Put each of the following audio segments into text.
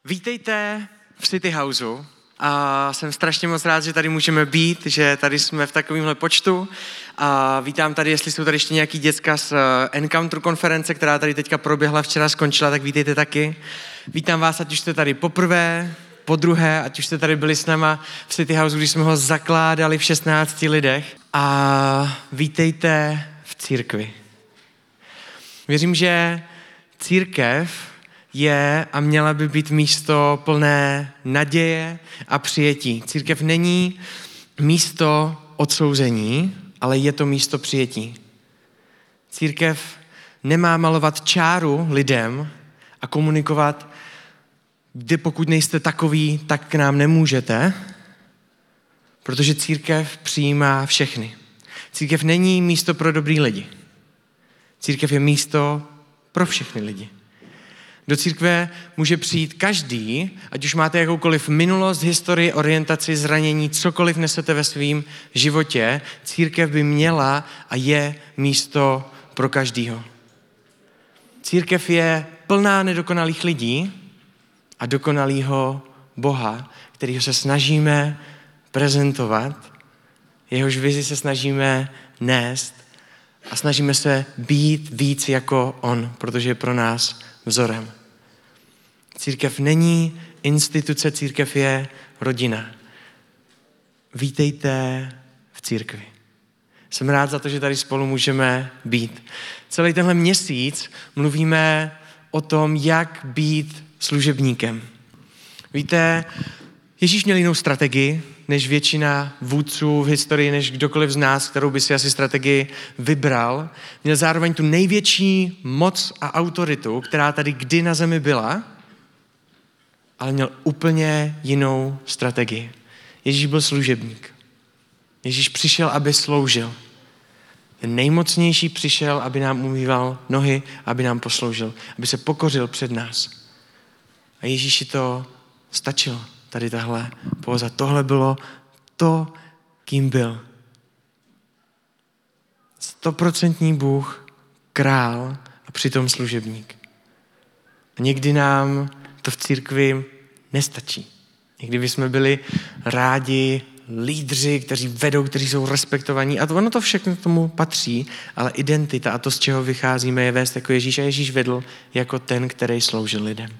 Vítejte v City Houseu a jsem strašně moc rád, že tady můžeme být, že tady jsme v takovémhle počtu a vítám tady, jestli jsou tady ještě nějaký děcka z Encounter konference, která tady teďka proběhla, včera skončila, tak vítejte taky. Vítám vás, ať už jste tady poprvé, podruhé, ať už jste tady byli s náma v City Houseu, když jsme ho zakládali v 16 lidech a vítejte v církvi. Věřím, že církev je a měla by být místo plné naděje a přijetí. Církev není místo odsouzení, ale je to místo přijetí. Církev nemá malovat čáru lidem a komunikovat, kde pokud nejste takový, tak k nám nemůžete, protože církev přijímá všechny. Církev není místo pro dobrý lidi. Církev je místo pro všechny lidi. Do církve může přijít každý, ať už máte jakoukoliv minulost, historii, orientaci, zranění, cokoliv nesete ve svém životě, církev by měla a je místo pro každýho. Církev je plná nedokonalých lidí a dokonalýho Boha, kterýho se snažíme prezentovat, jehož vizi se snažíme nést a snažíme se být víc jako on, protože je pro nás vzorem. Církev není instituce, církev je rodina. Vítejte v církvi. Jsem rád za to, že tady spolu můžeme být. Celý tenhle měsíc mluvíme o tom, jak být služebníkem. Víte, Ježíš měl jinou strategii, než většina vůdců v historii, než kdokoliv z nás, kterou by si asi strategii vybral. Měl zároveň tu největší moc a autoritu, která tady kdy na zemi byla, ale měl úplně jinou strategii. Ježíš byl služebník. Ježíš přišel, aby sloužil. Ten nejmocnější přišel, aby nám umýval nohy, aby nám posloužil, aby se pokořil před nás. A Ježíši to stačilo. Tady tahle póza. Tohle bylo to, kým byl. 100% Bůh, král a přitom služebník. A někdy nám to v církvi nestačí. Někdy bychom byli rádi lídři, kteří vedou, kteří jsou respektovaní. A ono to všechno k tomu patří, ale identita a to, z čeho vycházíme, je vést jako Ježíš. A Ježíš vedl jako ten, který sloužil lidem.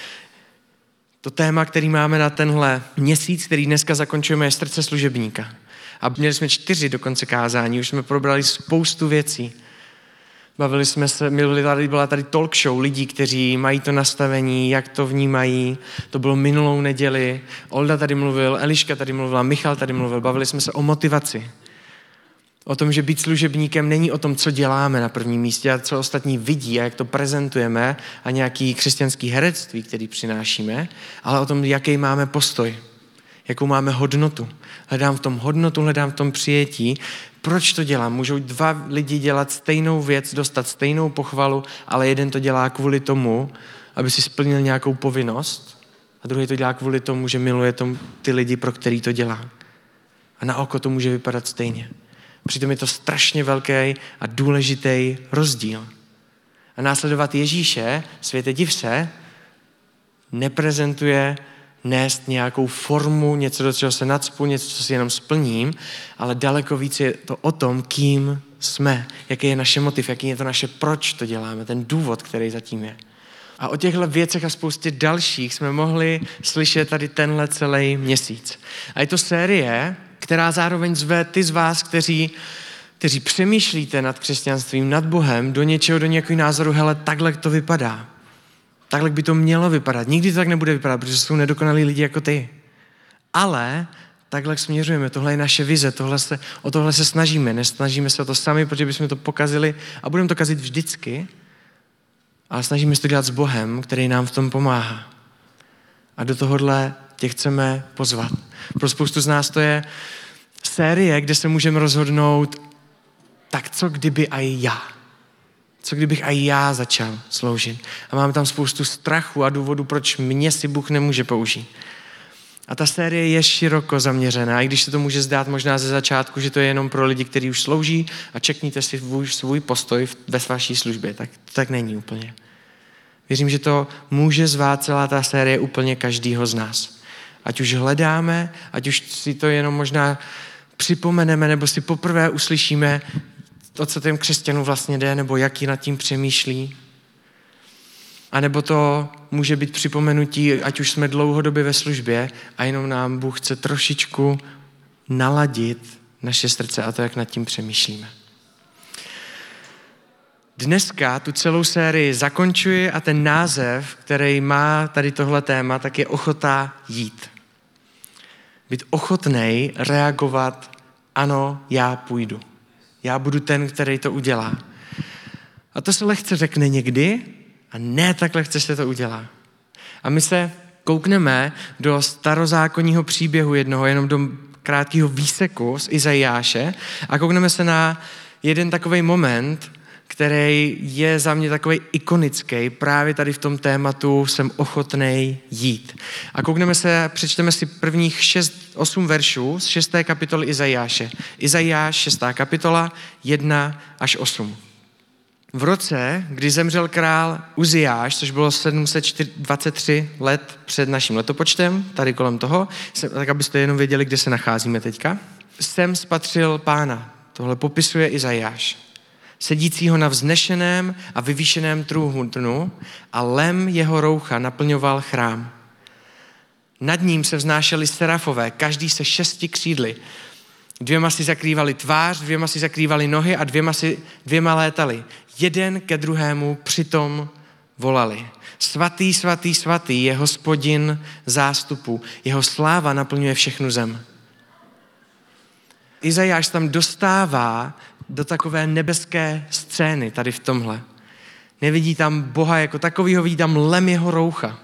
To téma, který máme na tenhle měsíc, který dneska zakončujeme, je srdce služebníka. A měli jsme 4 dokonce kázání, už jsme probrali spoustu věcí. Bavili jsme se, byla tady talk show lidí, kteří mají to nastavení, jak to vnímají. To bylo minulou neděli. Olda tady mluvil, Eliška tady mluvila, Michal tady mluvil. Bavili jsme se o motivaci. O tom, že být služebníkem není o tom, co děláme na prvním místě a co ostatní vidí a jak to prezentujeme a nějaký křesťanský herectví, který přinášíme, ale o tom, jaký máme postoj, jakou máme hodnotu. Hledám v tom hodnotu, hledám v tom přijetí. Proč to dělám? Můžou 2 lidi dělat stejnou věc, dostat stejnou pochvalu, ale jeden to dělá kvůli tomu, aby si splnil nějakou povinnost a druhý to dělá kvůli tomu, že miluje ty lidi, pro který to dělá. A na oko to může vypadat stejně. Přitom je to strašně velký a důležitý rozdíl. A následovat Ježíše, světe div se, neprezentuje nést nějakou formu, něco, do čeho se nacpu, něco, co si jenom splním, ale daleko víc je to o tom, kým jsme, jaký je naše motiv, jaký je to naše proč to děláme, ten důvod, který zatím je. A o těchto věcech a spoustě dalších jsme mohli slyšet tady tenhle celý měsíc. A je to série, která zároveň zve ty z vás, kteří přemýšlíte nad křesťanstvím, nad Bohem, do něčeho, do nějakého názoru, hele, takhle to vypadá. Takhle by to mělo vypadat. Nikdy to tak nebude vypadat, protože jsou nedokonalí lidi jako ty. Ale takhle směřujeme, tohle je naše vize, o tohle se snažíme. Nesnažíme se o to sami, protože bychom to pokazili a budeme to kazit vždycky, ale snažíme se to dělat s Bohem, který nám v tom pomáhá. A do tohohle tě chceme pozvat. Pro spoustu z nás to je série, kde se můžeme rozhodnout, tak co kdyby aj já? Co kdybych aj já začal sloužit? A mám tam spoustu strachu a důvodů, proč mě si Bůh nemůže použít. A ta série je široko zaměřená, i když se to může zdát možná ze začátku, že to je jenom pro lidi, kteří už slouží a čekněte si svůj postoj ve vaší službě. Tak není úplně. Věřím, že to může zvát celá ta série úplně každýho z nás. Ať už hledáme, ať už si to jenom možná připomeneme, nebo si poprvé uslyšíme to, co těm křesťanům vlastně jde, nebo jaký nad tím přemýšlí. A nebo to může být připomenutí, ať už jsme dlouhodobě ve službě a jenom nám Bůh chce trošičku naladit naše srdce a to, jak nad tím přemýšlíme. Dneska tu celou sérii zakončuji a ten název, který má tady tohle téma, tak je ochota jít. Být ochotnej reagovat, ano, já půjdu. Já budu ten, který to udělá. A to se lehce řekne někdy a ne tak lehce se to udělá. A my se koukneme do starozákonního příběhu jednoho, jenom do krátkého výseku z Izajáše a koukneme se na jeden takovej moment, který je za mě takový ikonický, právě tady v tom tématu jsem ochotnej jít. A přečteme si prvních 8 veršů z 6. kapitoly Izajáše. Izajáš 6. kapitola 1 až 8. V roce, kdy zemřel král Uziáš, což bylo 723 let před naším letopočtem, tady kolem toho, tak abyste jenom věděli, kde se nacházíme teďka, jsem spatřil Pána. Tohle popisuje Izajáš. Sedícího na vznešeném a vyvýšeném trůnu a lem jeho roucha naplňoval chrám. Nad ním se vznášeli serafové, každý se 6 křídly. 2 si zakrývali tvář, 2 si zakrývali nohy a 2 létali. Jeden ke druhému přitom volali. Svatý, svatý, svatý je Hospodin zástupu, jeho sláva naplňuje všechnu zem. Izajáš tam dostává do takové nebeské scény tady v tomhle. Nevidí tam Boha jako takovýho, vidí tam lem jeho roucha.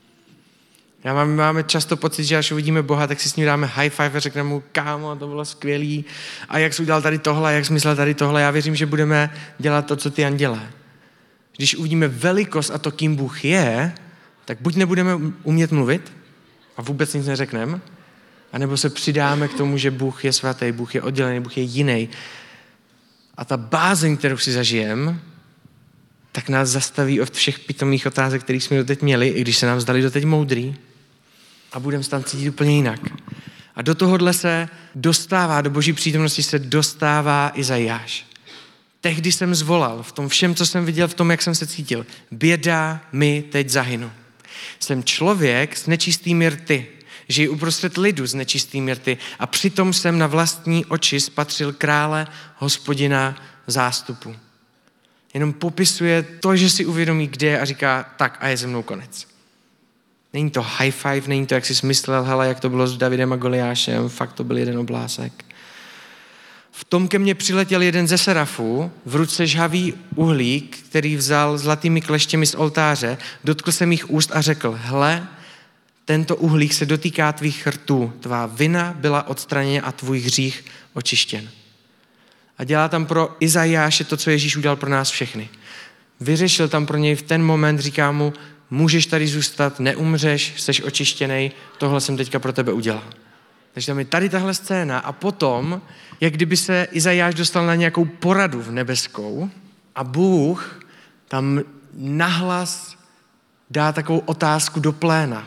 Máme často pocit, že až uvidíme Boha, tak si s ním dáme high five a řekneme mu, kámo, to bylo skvělý. A jak jsi udělal tady tohle, jak jsi myslel tady tohle. Já věřím, že budeme dělat to, co ty andělé. Když uvidíme velikost a to, kým Bůh je, tak buď nebudeme umět mluvit a vůbec nic neřekneme, anebo se přidáme k tomu, že Bůh je svatý, Bůh je oddělený, Bůh je jiný. A ta bázeň, kterou si zažijeme, tak nás zastaví od všech pitomých otázek, které jsme doteď měli, i když se nám zdali doteď moudrý, a budeme se tam cítit úplně jinak. A do tohohle se dostává, do Boží přítomnosti se dostává Izajáš. Tehdy jsem zvolal, v tom všem, co jsem viděl, v tom, jak jsem se cítil. Běda mi teď zahynu. Jsem člověk s nečistými rty, žiji uprostřed lidu s nečistými rty a přitom jsem na vlastní oči spatřil krále, Hospodina zástupu. Jenom popisuje to, že si uvědomí, kde je a říká, tak a je ze mnou konec. Není to high five, není to, jak jsi myslel, hele, jak to bylo s Davidem a Goliášem, fakt to byl jeden oblásek. V tom ke mně přiletěl jeden ze serafů, v ruce žhavý uhlík, který vzal zlatými kleštěmi z oltáře, dotkl se mých úst a řekl, hle, tento uhlík se dotýká tvých rtů, tvá vina byla odstraněna a tvůj hřích očištěn. A dělá tam pro Izajáše to, co Ježíš udělal pro nás všechny. Vyřešil tam pro něj v ten moment, říká mu, můžeš tady zůstat, neumřeš, jsi očištěnej, tohle jsem teďka pro tebe udělal. Takže tam je tady tahle scéna a potom, jak kdyby se Izajáš dostal na nějakou poradu v nebeskou a Bůh tam nahlas dá takovou otázku do pléna.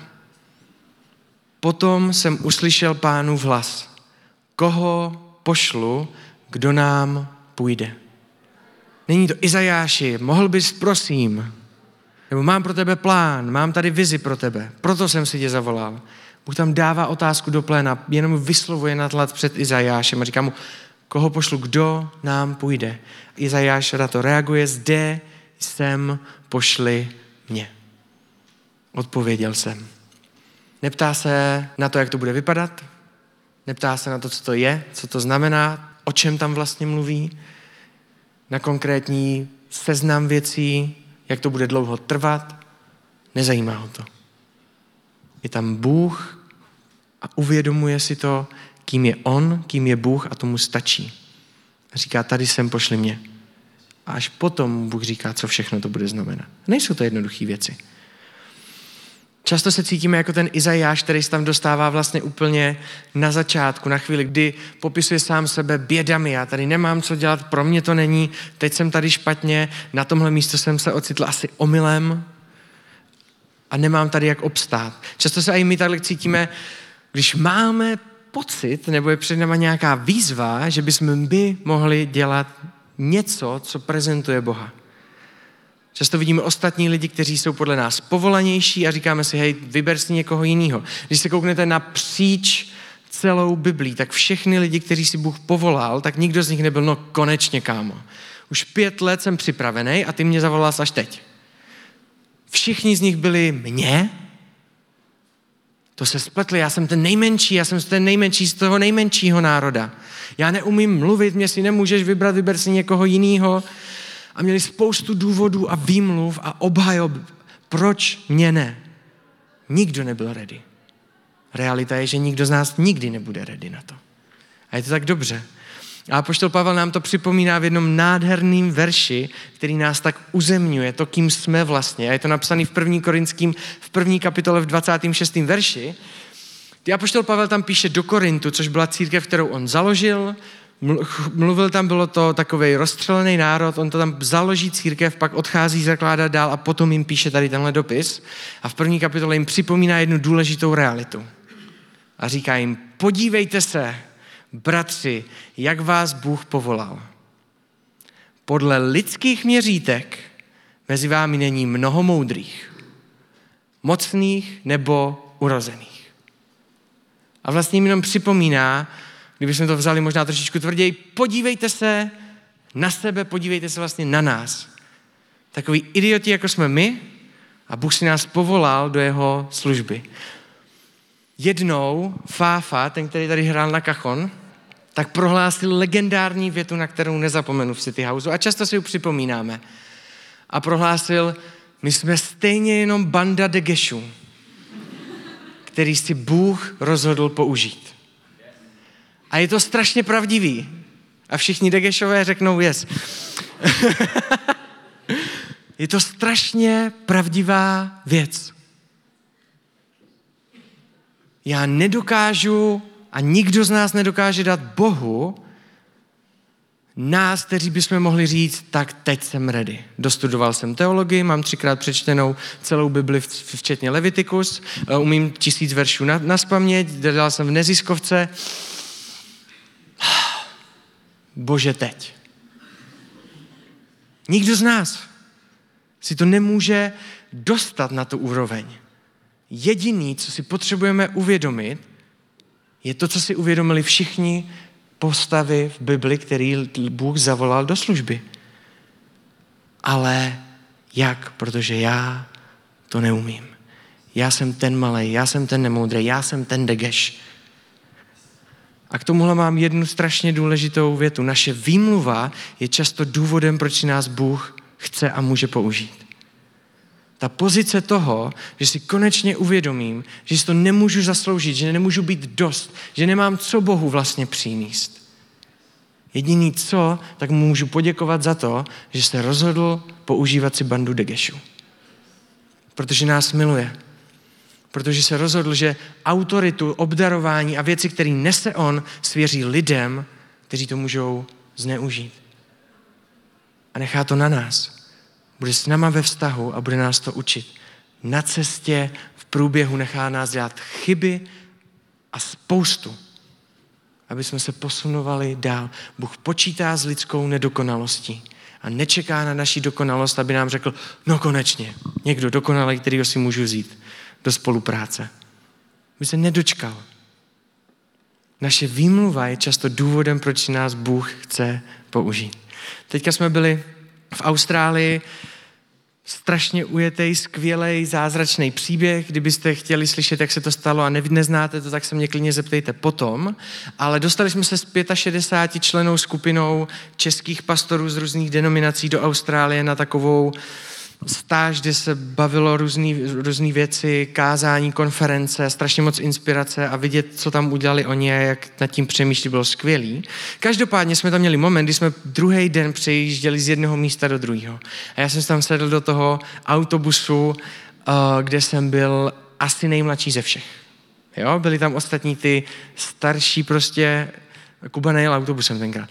Potom jsem uslyšel Pánův hlas. Koho pošlu, kdo nám půjde? Není to Izajáši, mohl bys, prosím, nebo mám pro tebe plán, mám tady vizi pro tebe, proto jsem si tě zavolal. Bůh tam dává otázku do pléna, jenom vyslovuje nadhled před Izajášem a říká mu, koho pošlu, kdo nám půjde. Izajáš na to reaguje, zde jsem, pošli mě. Odpověděl jsem. Neptá se na to, jak to bude vypadat, neptá se na to, co to je, co to znamená, o čem tam vlastně mluví, na konkrétní seznam věcí, jak to bude dlouho trvat, nezajímá ho to. Je tam Bůh a uvědomuje si to, kým je on, kým je Bůh a tomu stačí. A říká, tady jsem, pošli mě. A až potom Bůh říká, co všechno to bude znamenat. Nejsou to jednoduché věci. Často se cítíme jako ten Izajáš, který se tam dostává vlastně úplně na začátku, na chvíli, kdy popisuje sám sebe bědami. Já tady nemám co dělat, pro mě to není, teď jsem tady špatně, na tomhle místo jsem se ocitl asi omylem. a nemám tady jak obstát. Často se i my takhle cítíme, když máme pocit, nebo je před náma nějaká výzva, že bychom my mohli dělat něco, co prezentuje Boha. Často vidíme ostatní lidi, kteří jsou podle nás povolanější a říkáme si, hej, vyber si někoho jiného. Když se kouknete napříč celou Biblii, tak všechny lidi, kteří si Bůh povolal, tak nikdo z nich nebyl, no konečně, kámo. Už 5 let jsem připravený a ty mě zavolal až teď. Všichni z nich byli mě. To se spletli, já jsem ten nejmenší z toho nejmenšího národa. Já neumím mluvit, mě si nemůžeš vybrat, vyber si někoho jiného. A měli spoustu důvodů a výmluv a obhajob, proč mě ne. Nikdo nebyl ready. Realita je, že nikdo z nás nikdy nebude ready na to. A je to tak dobře. A apoštol Pavel nám to připomíná v jednom nádherném verši, který nás tak uzemňuje, to, kým jsme vlastně. A je to napsaný v 1. Korinským, v 1. kapitole v 26. verši. Apoštol Pavel tam píše do Korintu, což byla církev, kterou on založil. Mluvil tam, bylo to takovej rozstřelený národ, on to tam založí církev, pak odchází zakládat dál a potom jim píše tady tenhle dopis. A v 1. kapitole jim připomíná jednu důležitou realitu. A říká jim, podívejte se, bratři, jak vás Bůh povolal. Podle lidských měřítek mezi vámi není mnoho moudrých, mocných nebo urozených. A vlastně jim jenom připomíná, kdybychom to vzali možná trošičku tvrději, podívejte se na sebe, podívejte se vlastně na nás. Takový idioti, jako jsme my, a Bůh si nás povolal do jeho služby. Jednou Fáfa, ten, který tady hrál na kajon, tak prohlásil legendární větu, na kterou nezapomenu v City Houseu a často si ji připomínáme. A prohlásil, my jsme stejně jenom banda degešů, který si Bůh rozhodl použít. A je to strašně pravdivý. A všichni degešové řeknou yes. Je to strašně pravdivá věc. Já nedokážu a nikdo z nás nedokáže dát Bohu nás, kteří bychom mohli říct, tak teď jsem ready. Dostudoval jsem teologii, mám 3krát přečtenou celou Bibli, včetně Levitikus, umím 1000 veršů nazpaměť, dělal jsem v neziskovce. Bože, teď. Nikdo z nás si to nemůže dostat na tu úroveň. Jediný, co si potřebujeme uvědomit, je to, co si uvědomili všichni postavy v Bibli, který Bůh zavolal do služby. Ale jak? Protože já to neumím. Já jsem ten malej, já jsem ten nemoudrý, já jsem ten degeš. A k tomuhle mám jednu strašně důležitou větu. Naše výmluva je často důvodem, proč si nás Bůh chce a může použít. Ta pozice toho, že si konečně uvědomím, že si to nemůžu zasloužit, že nemůžu být dost, že nemám co Bohu vlastně přinést. Jediný co, tak mu můžu poděkovat za to, že se rozhodl používat si bandu degešů. Protože nás miluje. Protože se rozhodl, že autoritu, obdarování a věci, které nese on, svěří lidem, kteří to můžou zneužít. A nechá to na nás. Bude s náma ve vztahu a bude nás to učit. Na cestě, v průběhu nechá nás dělat chyby a spoustu, aby jsme se posunovali dál. Bůh počítá s lidskou nedokonalostí a nečeká na naši dokonalost, aby nám řekl, no konečně, někdo dokonalý, kterýho si můžu vzít do spolupráce. By se nedočkal. Naše výmluva je často důvodem, proč si nás Bůh chce použít. Teďka jsme byli v Austrálii, strašně ujetej, skvělej, zázračný příběh. Kdybyste chtěli slyšet, jak se to stalo a neznáte to, tak se mě klidně zeptejte potom. Ale dostali jsme se s 65 člennou skupinou českých pastorů z různých denominací do Austrálie na takovou stáž, kde se bavilo různý věci, kázání, konference, strašně moc inspirace a vidět, co tam udělali oni a jak nad tím přemýšlí, bylo skvělý. Každopádně jsme tam měli moment, kdy jsme druhý den přejížděli z jednoho místa do druhého. A já jsem tam sedl do toho autobusu, kde jsem byl asi nejmladší ze všech. Jo? Byli tam ostatní ty starší prostě, Kuba nejel autobusem tenkrát.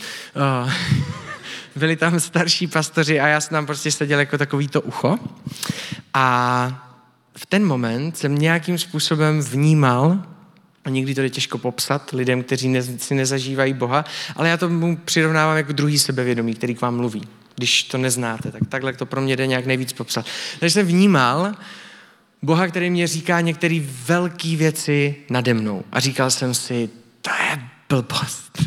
Byli tam starší pastoři a já jsem tam prostě seděl jako takový to ucho. A v ten moment jsem nějakým způsobem vnímal, a někdy to je těžko popsat lidem, kteří si nezažívají Boha, ale já to mu přirovnávám jako druhý sebevědomí, který k vám mluví. Když to neznáte, tak takhle to pro mě jde nějak nejvíc popsat. Takže jsem vnímal Boha, který mě říká některé velké věci nade mnou. A říkal jsem si, to je blbost.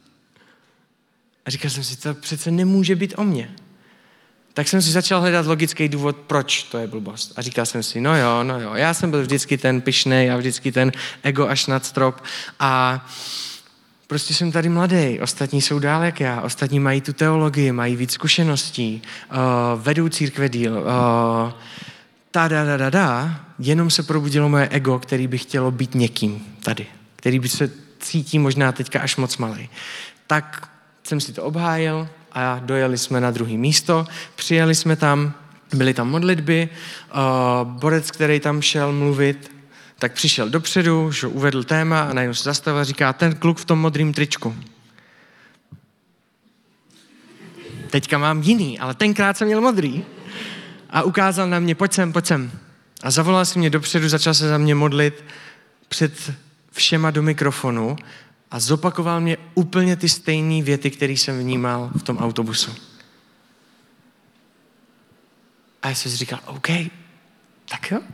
A říkal jsem si, to přece nemůže být o mně. Tak jsem si začal hledat logický důvod, proč to je blbost. A říkal jsem si, no jo, já jsem byl vždycky ten pyšnej a vždycky ten ego až nad strop a prostě jsem tady mladý, ostatní jsou dál jak já, ostatní mají tu teologii, mají víc zkušeností, vedou církve díl, jenom se probudilo moje ego, který by chtělo být někým tady, který by se cítí možná teďka až moc malej. Tak jsem si to obhájil a dojeli jsme na druhé místo, přijeli jsme tam, byly tam modlitby, borec, který tam šel mluvit, tak přišel dopředu, že uvedl téma a najednou se zastavil a říká, ten kluk v tom modrým tričku. Teďka mám jiný, ale tenkrát jsem měl modrý. A ukázal na mě, pojď sem. A zavolal si mě dopředu, začal se za mě modlit před všema do mikrofonu a zopakoval mě úplně ty stejné věty, které jsem vnímal v tom autobusu. A já jsem si říkal, OK, tak jo.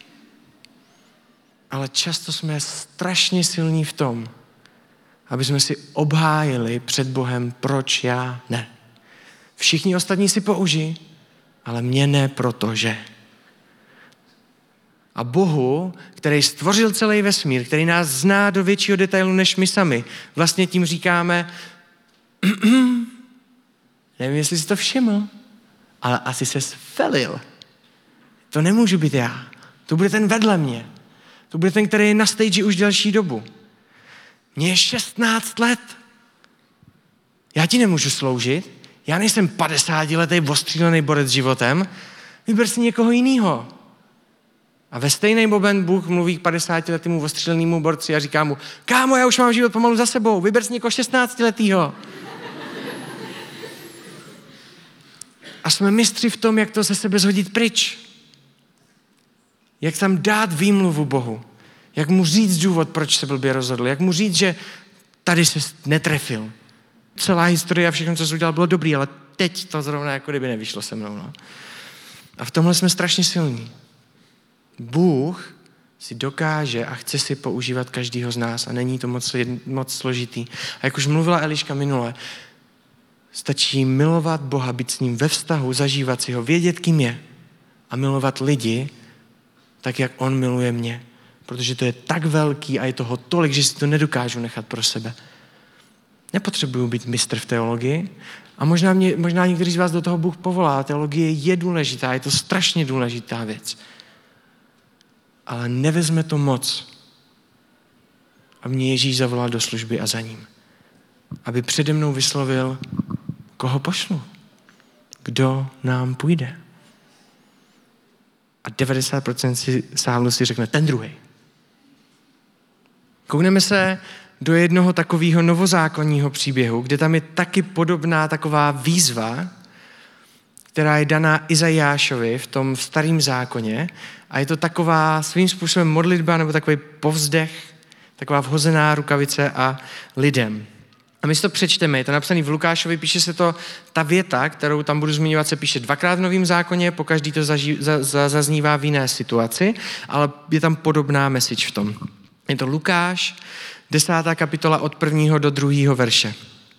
Ale často jsme strašně silní v tom, aby jsme si obhájili před Bohem, proč já ne. Všichni ostatní si použijí, ale mě ne, protože. A Bohu, který stvořil celý vesmír, který nás zná do většího detailu než my sami, vlastně tím říkáme, nevím, jestli jsi to všiml, ale asi ses felil. To nemůžu být já. To bude ten vedle mě. To bude ten, který je na stage už delší dobu. Mně je 16 let. Já ti nemůžu sloužit. Já nejsem 50letý ostřílený borec životem. Vyber si někoho jinýho. A ve stejný moment Bůh mluví k 50letýmu ostřílenému borci a říká mu, kámo, já už mám život pomalu za sebou, vyber si někoho 16letýho. A jsme mistři v tom, jak to ze sebe zhodit pryč. Jak tam dát výmluvu Bohu. Jak mu říct důvod, proč se blbě rozhodl. Jak mu říct, že tady se netrefil. Celá historie a všechno, co jsi udělal, bylo dobrý, ale teď to zrovna jako kdyby nevyšlo se mnou. No. A v tomhle jsme strašně silní. Bůh si dokáže a chce si používat každýho z nás a není to moc složitý. A jak už mluvila Eliška minule, stačí milovat Boha, být s ním ve vztahu, zažívat si ho, vědět, kým je a milovat lidi tak, jak on miluje mě. Protože to je tak velký a je toho tolik, že si to nedokážu nechat pro sebe. Nepotřebuju být mistr v teologii a možná někteří z vás do toho Bůh povolá. Teologie je důležitá, je to strašně důležitá věc. Ale nevezme to moc, aby mě Ježíš zavolal do služby a za ním. Aby přede mnou vyslovil, koho pošlu, kdo nám půjde. A 90% sálu si řekne, ten druhý. Koukneme se do jednoho takového novozákonního příběhu, kde tam je taky podobná taková výzva, která je daná Izajášovi v tom starém zákoně a je to taková svým způsobem modlitba nebo takový povzdech, taková vhozená rukavice a lidem. A my si to přečteme, je to napsané v Lukášovi, píše se to, ta věta, kterou tam budu zmiňovat, se píše 2krát v Novém zákoně, pokaždý to zaznívá v jiné situaci, ale je tam podobná message v tom. Je to Lukáš, 10. kapitola od 1. do 2. verše.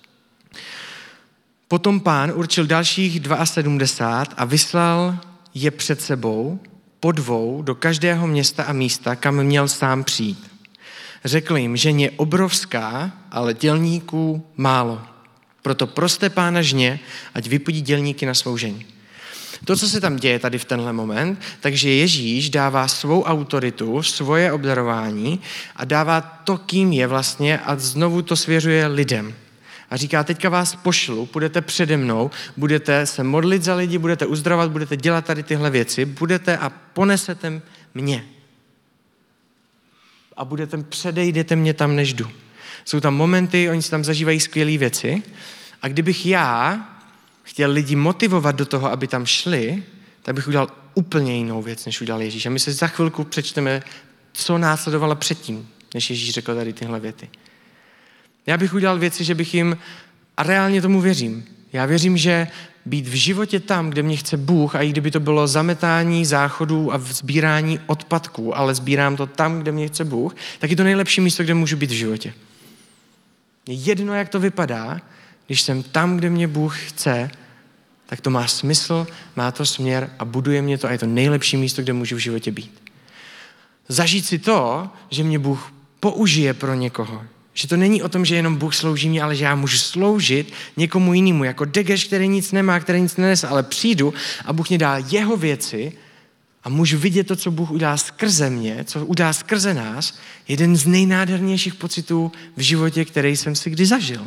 Potom Pán určil dalších 72 a vyslal je před sebou po 2 do každého města a místa, kam měl sám přijít. Řekl jim, že je obrovská, ale dělníků málo. Proto proste Pána žně, ať vypudí dělníky na svou žeň. To, co se tam děje tady v tenhle moment, takže Ježíš dává svou autoritu, svoje obdarování a dává to, kým je vlastně a znovu to svěřuje lidem. A říká, teďka vás pošlu, půjdete přede mnou, budete se modlit za lidi, budete uzdravovat, budete dělat tady tyhle věci, budete a ponesete mě. A předejdete mě tam, než jdu. Jsou tam momenty, oni si tam zažívají skvělé věci a kdybych já chtěl lidi motivovat do toho, aby tam šli, tak bych udělal úplně jinou věc, než udělal Ježíš. A my se za chvilku přečteme, co následovalo předtím, než Ježíš řekl tady tyhle věty. Já bych udělal věci, že bych jim, a reálně tomu věřím, já věřím, že být v životě tam, kde mě chce Bůh, a i kdyby to bylo zametání záchodů a sbírání odpadků, ale sbírám to tam, kde mě chce Bůh, tak je to nejlepší místo, kde můžu být v životě. Je jedno, jak to vypadá, když jsem tam, kde mě Bůh chce, tak to má smysl, má to směr a buduje mě to a je to nejlepší místo, kde můžu v životě být. Zažít si to, že mě Bůh použije pro někoho. Že to není o tom, že jenom Bůh slouží mě, ale že já můžu sloužit někomu jinému, jako degeš, který nic nemá, který nic nenese, ale přijdu a Bůh mě dá jeho věci a můžu vidět to, co Bůh udělá skrze mě, co udělá skrze nás, jeden z nejnádhernějších pocitů v životě, který jsem si kdy zažil.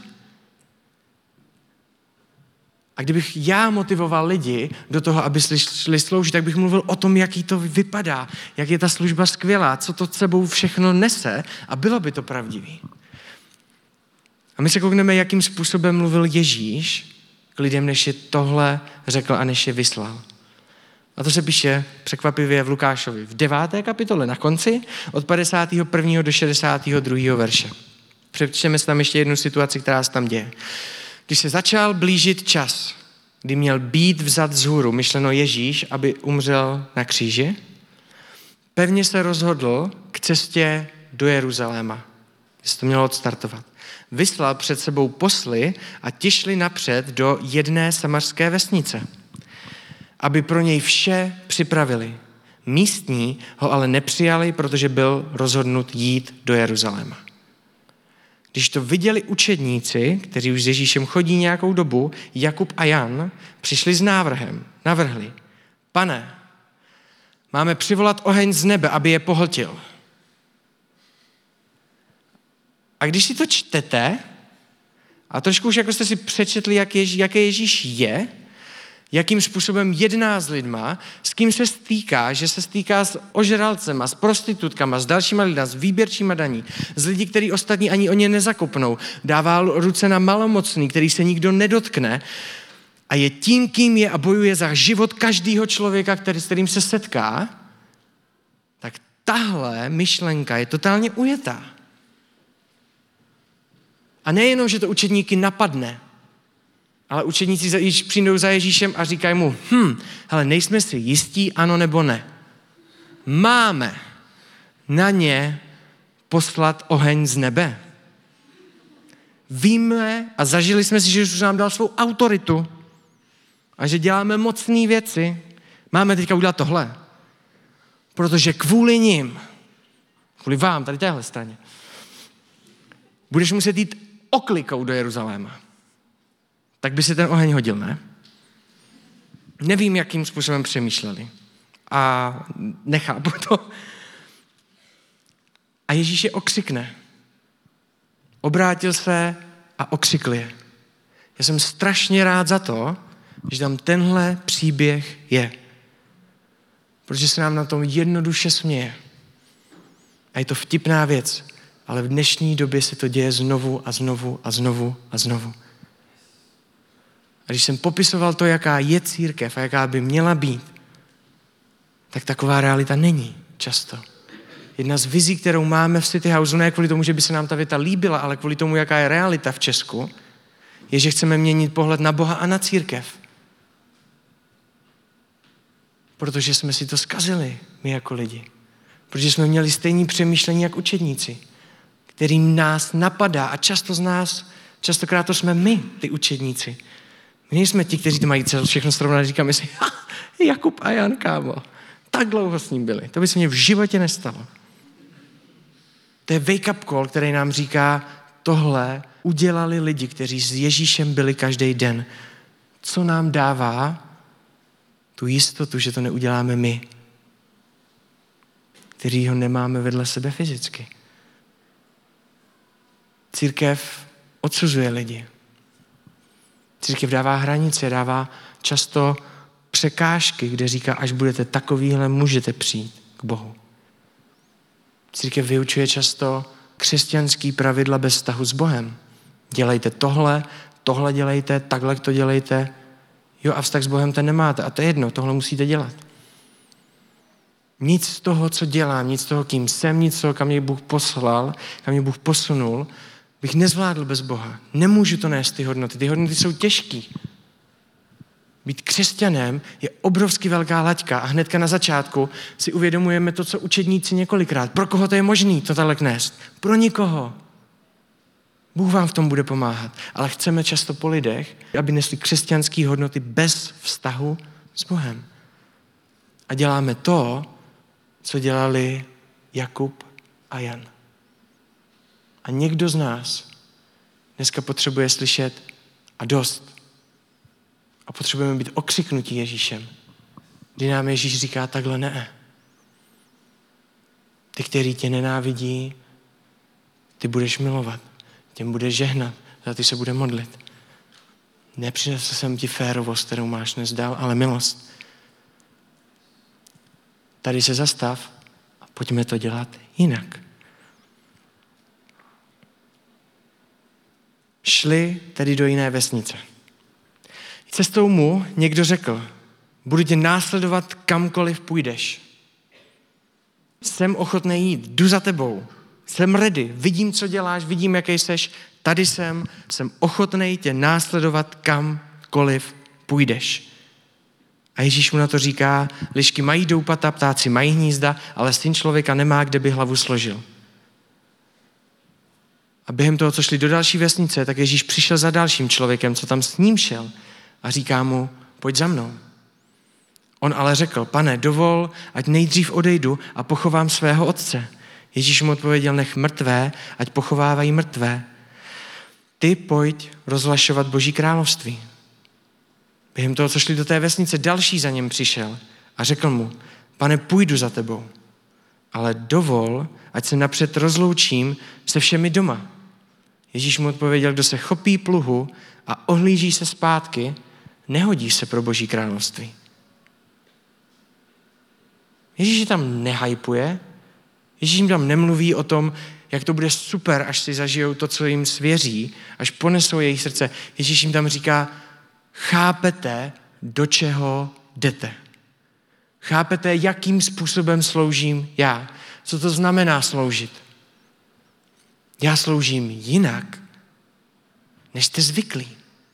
A kdybych já motivoval lidi do toho, aby šli sloužit, tak bych mluvil o tom, jaký to vypadá, jak je ta služba skvělá, co to sebou všechno nese a bylo by to pravdivý. A my se koukneme, jakým způsobem mluvil Ježíš k lidem, než je tohle řekl a než je vyslal. A to se píše překvapivě v Lukášovi v 9. kapitole na konci od 51. do 62. verše. Přečteme si tam ještě jednu situaci, která se tam děje. Když se začal blížit čas, kdy měl být vzat vzhůru, myšleno Ježíš, aby umřel na kříži, pevně se rozhodl k cestě do Jeruzaléma, kde se to mělo odstartovat. Vyslal před sebou posly a ti šli napřed do jedné samařské vesnice, aby pro něj vše připravili. Místní ho ale nepřijali, protože byl rozhodnut jít do Jeruzaléma. Když to viděli učedníci, kteří už s Ježíšem chodí nějakou dobu, Jakub a Jan, přišli s návrhem. Navrhli: Pane, máme přivolat oheň z nebe, aby je pohltil. A když si to čtete, a trošku už jako jste si přečetli, jaké Ježíš je, jakým způsobem jedná s lidma, s kým se stýká, že se stýká s ožralcema, s prostitutkama, s dalšíma lidma, s výběrčíma daní, s lidí, který ostatní ani o ně nezakopnou, dává ruce na malomocný, který se nikdo nedotkne a je tím, kým je a bojuje za život každého člověka, s kterým se setká, tak tahle myšlenka je totálně ujetá. A nejenom, že to učedníky napadne, ale učedníci přijdou za Ježíšem a říkají mu, hele, nejsme si jistí, ano nebo ne. Máme na ně poslat oheň z nebe. Víme a zažili jsme si, že Ježíš nám dal svou autoritu a že děláme mocné věci. Máme teďka udělat tohle. Protože kvůli nim, kvůli vám, tady téhle straně, budeš muset jít oklikou do Jeruzaléma. Tak by si ten oheň hodil, ne? Nevím, jakým způsobem přemýšleli. A nechápu to. A Ježíš je okřikne. Obrátil se a okřikl je. Já jsem strašně rád za to, že tam tenhle příběh je. Protože se nám na tom jednoduše směje. A je to vtipná věc. Ale v dnešní době se to děje znovu a znovu a znovu a znovu. A když jsem popisoval to, jaká je církev a jaká by měla být, tak taková realita není často. Jedna z vizí, kterou máme v City Houseu, ne kvůli tomu, že by se nám ta věta líbila, ale kvůli tomu, jaká je realita v Česku, je, že chceme měnit pohled na Boha a na církev. Protože jsme si to zkazili, my jako lidi. Protože jsme měli stejné přemýšlení jak učedníci, kterým nás napadá a častokrát to jsme my, ty učedníci. My nejsme ti, kteří to mají všechno srovnat, říkáme si, Jakub a Jan, kámo, tak dlouho s ním byli. To by se mně v životě nestalo. To je wake-up call, který nám říká, tohle udělali lidi, kteří s Ježíšem byli každý den. Co nám dává tu jistotu, že to neuděláme my, kteří ho nemáme vedle sebe fyzicky. Církev odsuzuje lidi. Církev dává hranice, dává často překážky, kde říká, až budete takovýhle, můžete přijít k Bohu. Církev vyučuje často křesťanský pravidla bez vztahu s Bohem. Dělejte tohle dělejte, takhle to dělejte, Jo, a vztah s Bohem ten nemáte a to je jedno, tohle musíte dělat. Nic z toho, co dělám, nic z toho, kým jsem, nic z toho, kam mě Bůh poslal, kam mě Bůh posunul, bych nezvládl bez Boha. Nemůžu to nést ty hodnoty. Ty hodnoty jsou těžký. Být křesťanem je obrovsky velká laťka a hnedka na začátku si uvědomujeme to, co učedníci několikrát. Pro koho to je možný to tak nést? Pro nikoho. Bůh vám v tom bude pomáhat. Ale chceme často po lidech, aby nesli křesťanské hodnoty bez vztahu s Bohem. A děláme to, co dělali Jakub a Jan. A někdo z nás dneska potřebuje slyšet a dost. A potřebujeme být okřiknutí Ježíšem. Kdy nám Ježíš říká takhle ne. Ty, který tě nenávidí, ty budeš milovat. Těm budeš žehnat. Za ty se bude modlit. Nepřinesl jsem ti férovost, kterou máš dnes dál, ale milost. Tady se zastav a pojďme to dělat jinak. Šli tedy do jiné vesnice. Cestou mu někdo řekl, budu tě následovat kamkoliv půjdeš. Jsem ochotný jít, jdu za tebou. Jsem ready, vidím, co děláš, vidím, jaký seš. Tady jsem ochotný tě následovat kamkoliv půjdeš. A Ježíš mu na to říká, lišky mají doupata, ptáci mají hnízda, ale syn člověka nemá, kde by hlavu složil. A během toho, co šli do další vesnice, tak Ježíš přišel za dalším člověkem, co tam s ním šel a říká mu, pojď za mnou. On ale řekl, pane, dovol, ať nejdřív odejdu a pochovám svého otce. Ježíš mu odpověděl, nech mrtvé, ať pochovávají mrtvé. Ty pojď rozhlašovat Boží království. Během toho, co šli do té vesnice, další za něm přišel a řekl mu, pane, půjdu za tebou, ale dovol, ať se napřed rozloučím se všemi doma. Ježíš mu odpověděl, kdo se chopí pluhu a ohlíží se zpátky, nehodí se pro Boží království. Ježíš je tam nehypuje, Ježíš jim tam nemluví o tom, jak to bude super, až si zažijou to, co jim svěří, až ponesou jejich srdce. Ježíš jim tam říká, chápete, do čeho jdete. Chápete, jakým způsobem sloužím já. Co to znamená sloužit? Já sloužím jinak, než jste zvyklí.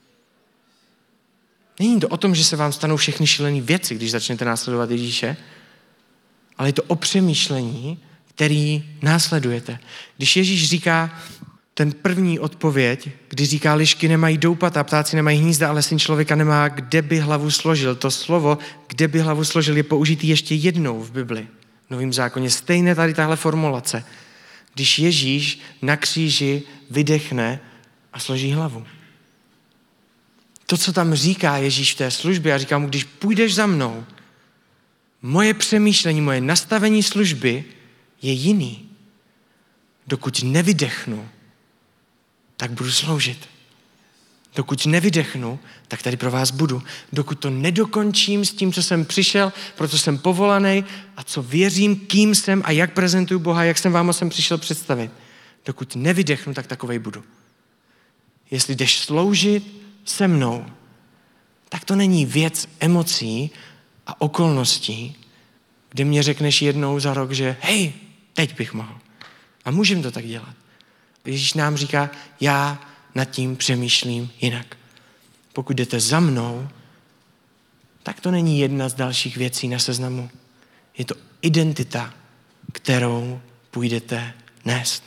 Není to o tom, že se vám stanou všechny šílené věci, když začnete následovat Ježíše, ale je to o přemýšlení, který následujete. Když Ježíš říká ten první odpověď, když říká, lišky nemají doupata, ptáci nemají hnízda, ale syn člověka nemá, kde by hlavu složil. To slovo, kde by hlavu složil, je použitý ještě jednou v Bibli, v Novém zákoně. Stejné tady tahle formulace. Když Ježíš na kříži vydechne a složí hlavu. To, co tam říká Ježíš v té službě, a říká mu, když půjdeš za mnou, moje přemýšlení, moje nastavení služby je jiný. Dokud nevydechnu, tak budu sloužit. Dokud nevydechnu, tak tady pro vás budu. Dokud to nedokončím s tím, co jsem přišel, proto jsem povolaný a co věřím, kým jsem a jak prezentuju Boha, jak jsem vám jsem přišel představit. Dokud nevydechnu, tak takovej budu. Jestli jdeš sloužit se mnou, tak to není věc emocí a okolností, kde mě řekneš jednou za rok, že hej, teď bych mohl. A můžeme to tak dělat. Ježíš nám říká, já nad tím přemýšlím jinak. Pokud jdete za mnou, tak to není jedna z dalších věcí na seznamu. Je to identita, kterou půjdete nést.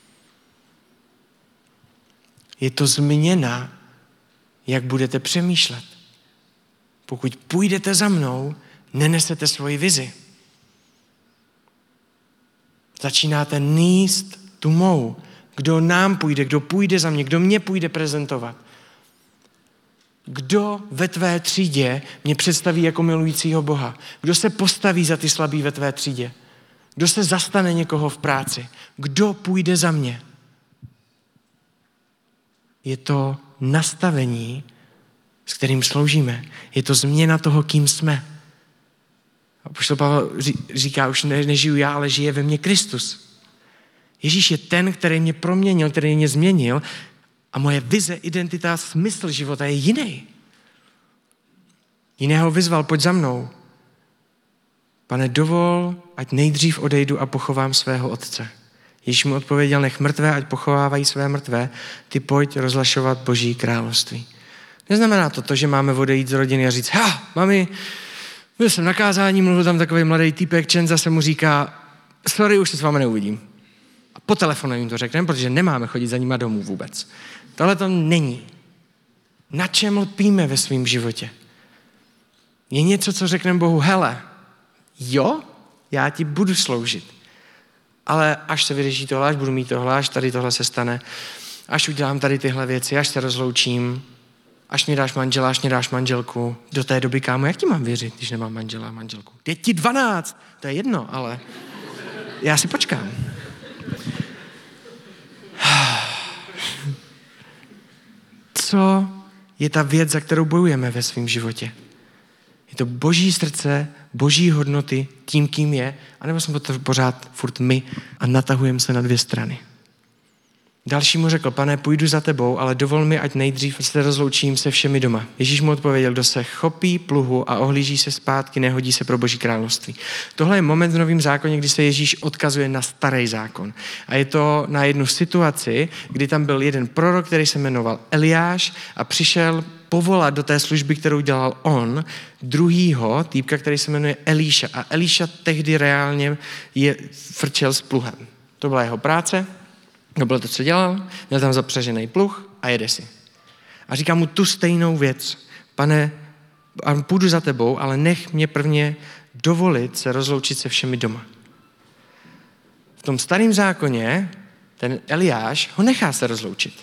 Je to změna, jak budete přemýšlet. Pokud půjdete za mnou, nenesete svoji vizi. Začínáte nést tu mou. Kdo nám půjde, kdo půjde za mě, kdo mě půjde prezentovat. Kdo ve tvé třídě mě představí jako milujícího Boha. Kdo se postaví za ty slabý ve tvé třídě. Kdo se zastane někoho v práci. Kdo půjde za mě. Je to nastavení, s kterým sloužíme. Je to změna toho, kým jsme. Apoštol Pavel říká, už nežiju já, ale žije ve mně Kristus. Ježíš je ten, který mě proměnil, který mě změnil a moje vize, identita, smysl života je jiný. Jiného vyzval, pojď za mnou. Pane, dovol, ať nejdřív odejdu a pochovám svého otce. Ježíš mu odpověděl, nech mrtvé, ať pochovávají své mrtvé, ty pojď rozhlašovat Boží království. Neznamená to, že máme odejít z rodiny a říct, mami, byl jsem na kázání, mluvil tam takový mladý týpek, Čen zase mu říká, sorry, už se s vámi neuvidím. A po telefonu jim to řekneme, protože nemáme chodit za nima domů vůbec. Tohle to není. Na čem lpíme ve svém životě? Je něco, co řekneme Bohu, hele, jo, já ti budu sloužit, ale až se vyřeší tohle, až budu mít tohle, až tady tohle se stane, až udělám tady tyhle věci, až se rozloučím, až mě dáš manžela, až mě dáš manželku, do té doby, kámo, jak ti mám věřit, když nemám manžela a manželku? Je ti 12, to je jedno, ale já si počkám. Co je ta věc, za kterou bojujeme ve svém životě? Je to Boží srdce, Boží hodnoty, tím, kým je, anebo jsme to pořád furt my a natahujeme se na dvě strany. Další mu řekl, pane, půjdu za tebou, ale dovol mi, ať nejdřív se rozloučím se všemi doma. Ježíš mu odpověděl, kdo se chopí pluhu a ohlíží se zpátky, nehodí se pro Boží království. Tohle je moment v Novém zákoně, kdy se Ježíš odkazuje na starý zákon. A je to na jednu situaci, kdy tam byl jeden prorok, který se jmenoval Eliáš a přišel povolat do té služby, kterou dělal on, druhýho týpka, který se jmenuje Elíša. A Elíša tehdy reálně frčel s pluhem. To byla jeho práce. To bylo to, co dělal, měl tam zapřežený pluh a jede si. A říká mu tu stejnou věc. Pane, půjdu za tebou, ale nech mě prvně dovolit se rozloučit se všemi doma. V tom starém zákoně ten Eliáš ho nechá se rozloučit.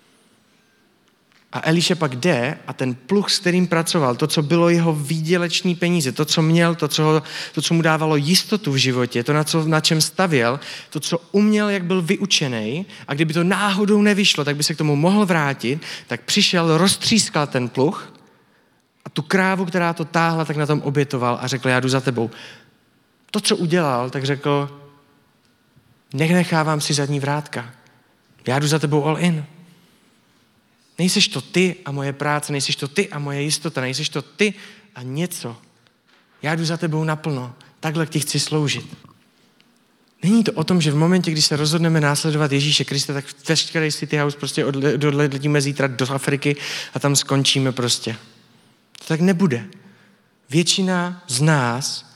A Eliše pak jde a ten pluh, s kterým pracoval, to, co bylo jeho výdělečný peníze, to, co měl, to, co mu dávalo jistotu v životě, to, na čem stavěl, to, co uměl, jak byl vyučený, a kdyby to náhodou nevyšlo, tak by se k tomu mohl vrátit, tak přišel, roztřískal ten pluh a tu krávu, která to táhla, tak na tom obětoval a řekl, já jdu za tebou. To, co udělal, tak řekl, nenechávám si zadní vrátka. Já jdu za tebou all in. Nejseš to ty a moje práce, nejseš to ty a moje jistota, nejseš to ty a něco. Já jdu za tebou naplno, takhle ti chci sloužit. Není to o tom, že v momentě, kdy se rozhodneme následovat Ježíše Krista, tak veškerý City House prostě odletíme zítra do Afriky a tam skončíme prostě. To tak nebude. Většina z nás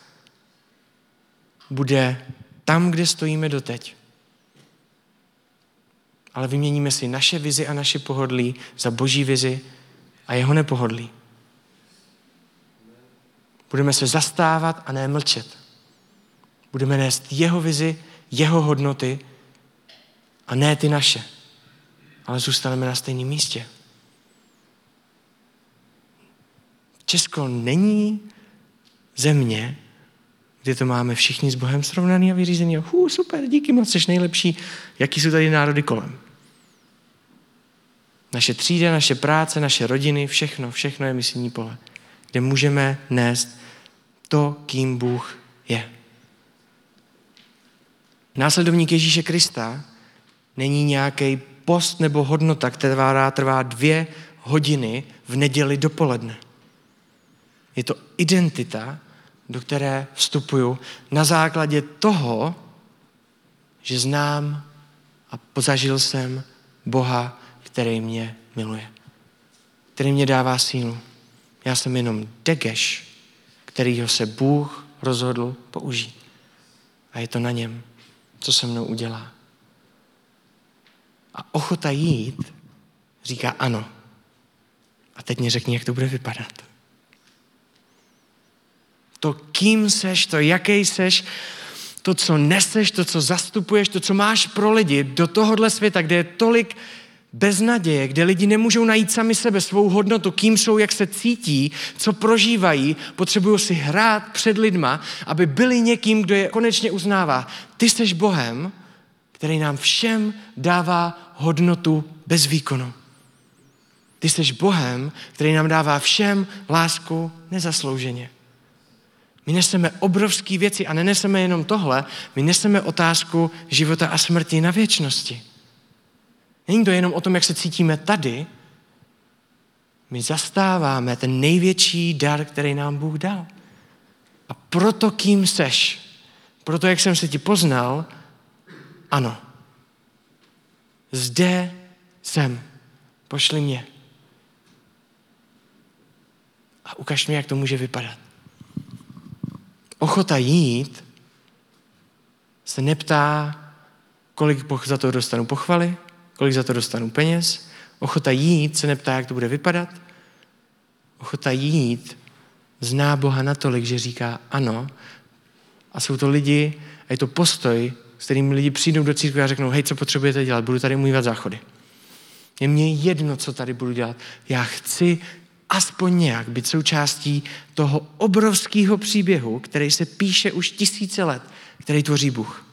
bude tam, kde stojíme doteď. Ale vyměníme si naše vizi a naše pohodlí za Boží vizi a jeho nepohodlí. Budeme se zastávat a ne mlčet. Budeme nést jeho vizi, jeho hodnoty a ne ty naše. Ale zůstaneme na stejném místě. Česko není země, kde to máme všichni s Bohem srovnaný a vyřízený. Super, díky moc, jsi nejlepší. Jaký jsou tady národy kolem? Naše třída, naše práce, naše rodiny, všechno je misijní pole, kde můžeme nést to, kým Bůh je. Následovník Ježíše Krista není nějaký post nebo hodnota, která trvá 2 hodiny v neděli dopoledne. Je to identita, do které vstupuju na základě toho, že znám a zažil jsem Boha, který mě miluje, který mě dává sílu. Já jsem jenom degeš, kterýho se Bůh rozhodl použít. A je to na něm, co se mnou udělá. A ochota jít říká ano. A teď mě řekni, jak to bude vypadat. To, kým seš, to, jaký seš, to, co neseš, to, co zastupuješ, to, co máš pro lidi do tohohle světa, kde je tolik beznaděje, kde lidi nemůžou najít sami sebe, svou hodnotu, kým jsou, jak se cítí, co prožívají, potřebují si hrát před lidma, aby byli někým, kdo je konečně uznává. Ty seš Bohem, který nám všem dává hodnotu bez výkonu. Ty seš Bohem, který nám dává všem lásku nezaslouženě. My neseme obrovské věci a neneseme jenom tohle, my neseme otázku života a smrti na věčnosti. Není to jenom o tom, jak se cítíme tady, my zastáváme ten největší dar, který nám Bůh dal. A proto, kým seš, proto, jak jsem se ti poznal, ano, zde jsem, pošli mě. A ukaž mi, jak to může vypadat. Ochota jít se neptá, kolik za to dostanu pochvaly, kolik za to dostanu peněz. Ochota jít se neptá, jak to bude vypadat. Ochota jít zná Boha natolik, že říká ano. A jsou to lidi, a je to postoj, s kterým lidi přijdou do církve a řeknou, hej, co potřebujete dělat? Budu tady umývat záchody. Je mně jedno, co tady budu dělat. Já chci aspoň nějak být součástí toho obrovského příběhu, který se píše už tisíce let, který tvoří Bůh.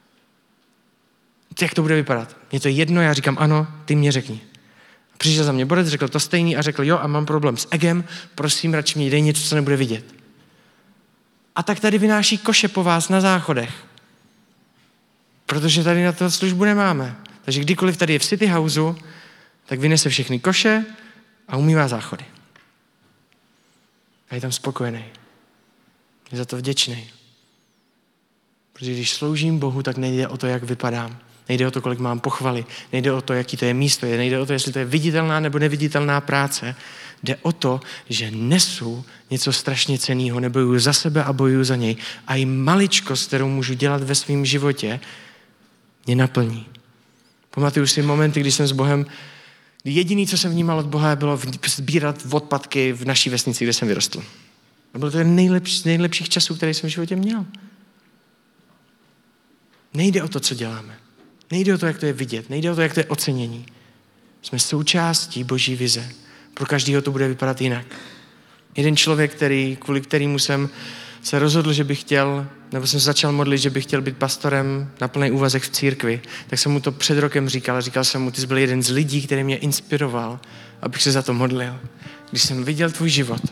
Jak to bude vypadat? Mně to je jedno, já říkám ano, ty mě řekni. Přišel za mě borec, řekl to stejný a řekl jo a mám problém s egem, prosím, radši mi dej něco, co nebude vidět. A tak tady vynáší koše po vás na záchodech. Protože tady na to službu nemáme. Takže kdykoliv tady je v City Houseu, tak vynese všechny koše a umývá záchody. A je tam spokojený. Je za to vděčný. Protože když sloužím Bohu, tak nejde o to, jak vypadám. Nejde o to, kolik mám pochvaly. Nejde o to, jaký to je místo. Nejde o to, jestli to je viditelná nebo neviditelná práce. Jde o to, že nesu něco strašně cenného, nebojuju za sebe a bojuju za něj. A i maličkost, kterou můžu dělat ve svém životě, mě naplní. Pamatuju si momenty, kdy jsem s Bohem, kdy jediný, co jsem vnímal od Boha, bylo sbírat odpadky v naší vesnici, kde jsem vyrostl. A bylo to jeden z nejlepších časů, který jsem v životě měl. Nejde o to, co děláme. Nejde o to, jak to je vidět. Nejde o to, jak to je ocenění. Jsme součástí Boží vize. Pro každého to bude vypadat jinak. Jeden člověk, kvůli kterému jsem se rozhodl, že bych chtěl, nebo jsem začal modlit, že bych chtěl být pastorem na plný úvazek v církvi, tak jsem mu to před rokem říkal a říkal jsem mu, ty jsi byl jeden z lidí, který mě inspiroval, abych se za to modlil. Když jsem viděl tvůj život,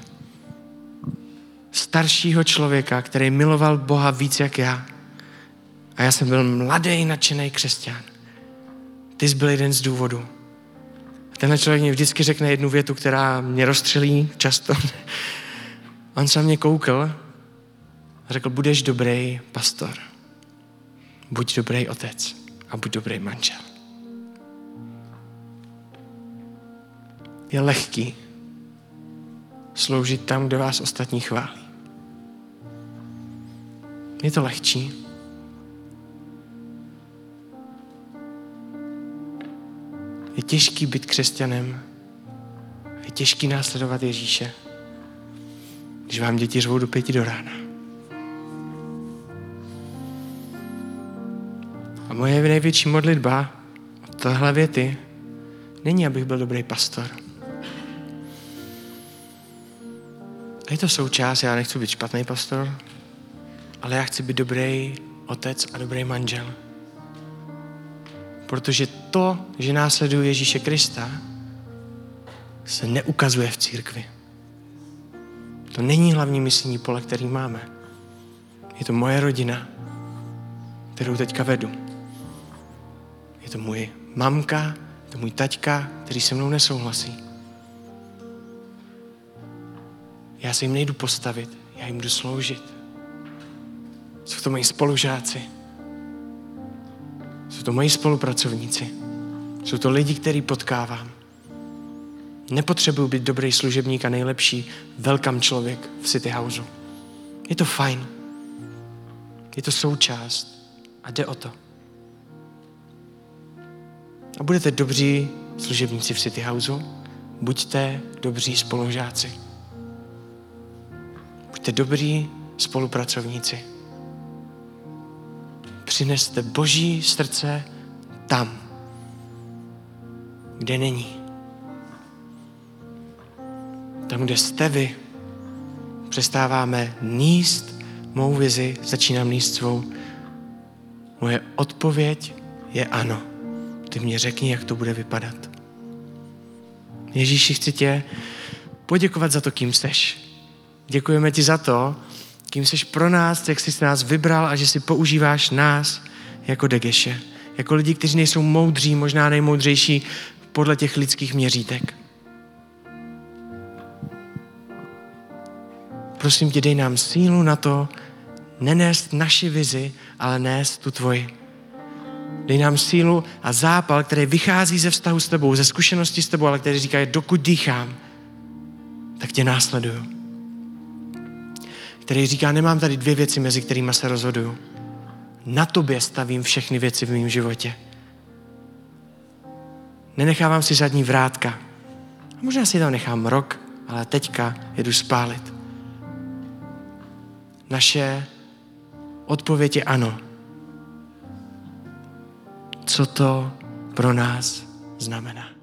staršího člověka, který miloval Boha víc jak já, a já jsem byl mladý, nadšený křesťan. Ty jsi byl jeden z důvodů. A tenhle člověk mě vždycky řekne jednu větu, která mě rozstřelí často. On se na mě koukal a řekl, budeš dobrý pastor. Buď dobrý otec a buď dobrý manžel. Je lehký sloužit tam, kde vás ostatní chválí. Je to lehčí. Je těžký být křesťanem. Je těžký následovat Ježíše, když vám děti řvou do 5 do rána. A moje největší modlitba od téhle věty není, abych byl dobrý pastor. A je to součást, já nechci být špatný pastor, ale já chci být dobrý otec a dobrý manžel. Protože to, že následuji Ježíše Krista, se neukazuje v církvi. To není hlavní misijní pole, který máme. Je to moje rodina, kterou teďka vedu. Je to moje mamka, je to můj taťka, který se mnou nesouhlasí. Já se jim nejdu postavit, já jim jdu sloužit. Jsou to moji spolužáci. Jsou to moji spolupracovníci. Jsou to lidi, který potkávám. Nepotřebuji být dobrý služebník a nejlepší welcome člověk v City Houseu. Je to fajn. Je to součást a jde o to. A budete dobří služebníci v City Houseu, buďte dobří spolužáci. Buďte dobří spolupracovníci. Přineste Boží srdce tam, kde není. Tam, kde jste vy, přestáváme níst mou vizi, začínám níst svou. Moje odpověď je ano. Ty mě řekni, jak to bude vypadat. Ježíši, chci tě poděkovat za to, kým seš. Děkujeme ti za to, kým seš pro nás, jak jsi nás vybral a že si používáš nás jako degeše. Jako lidi, kteří nejsou moudří, možná nejmoudřejší podle těch lidských měřítek. Prosím tě, dej nám sílu na to, nenést naši vizi, ale nést tu tvoji. Dej nám sílu a zápal, který vychází ze vztahu s tebou, ze zkušenosti s tebou, ale který říká, dokud dýchám, tak tě následuju. Který říká, nemám tady dvě věci, mezi kterými se rozhoduju. Na tobě stavím všechny věci v mém životě. Nenechávám si zadní vrátka. Možná si tam nechám rok, ale teďka jedu spálit. Naše odpověď je ano. Co to pro nás znamená?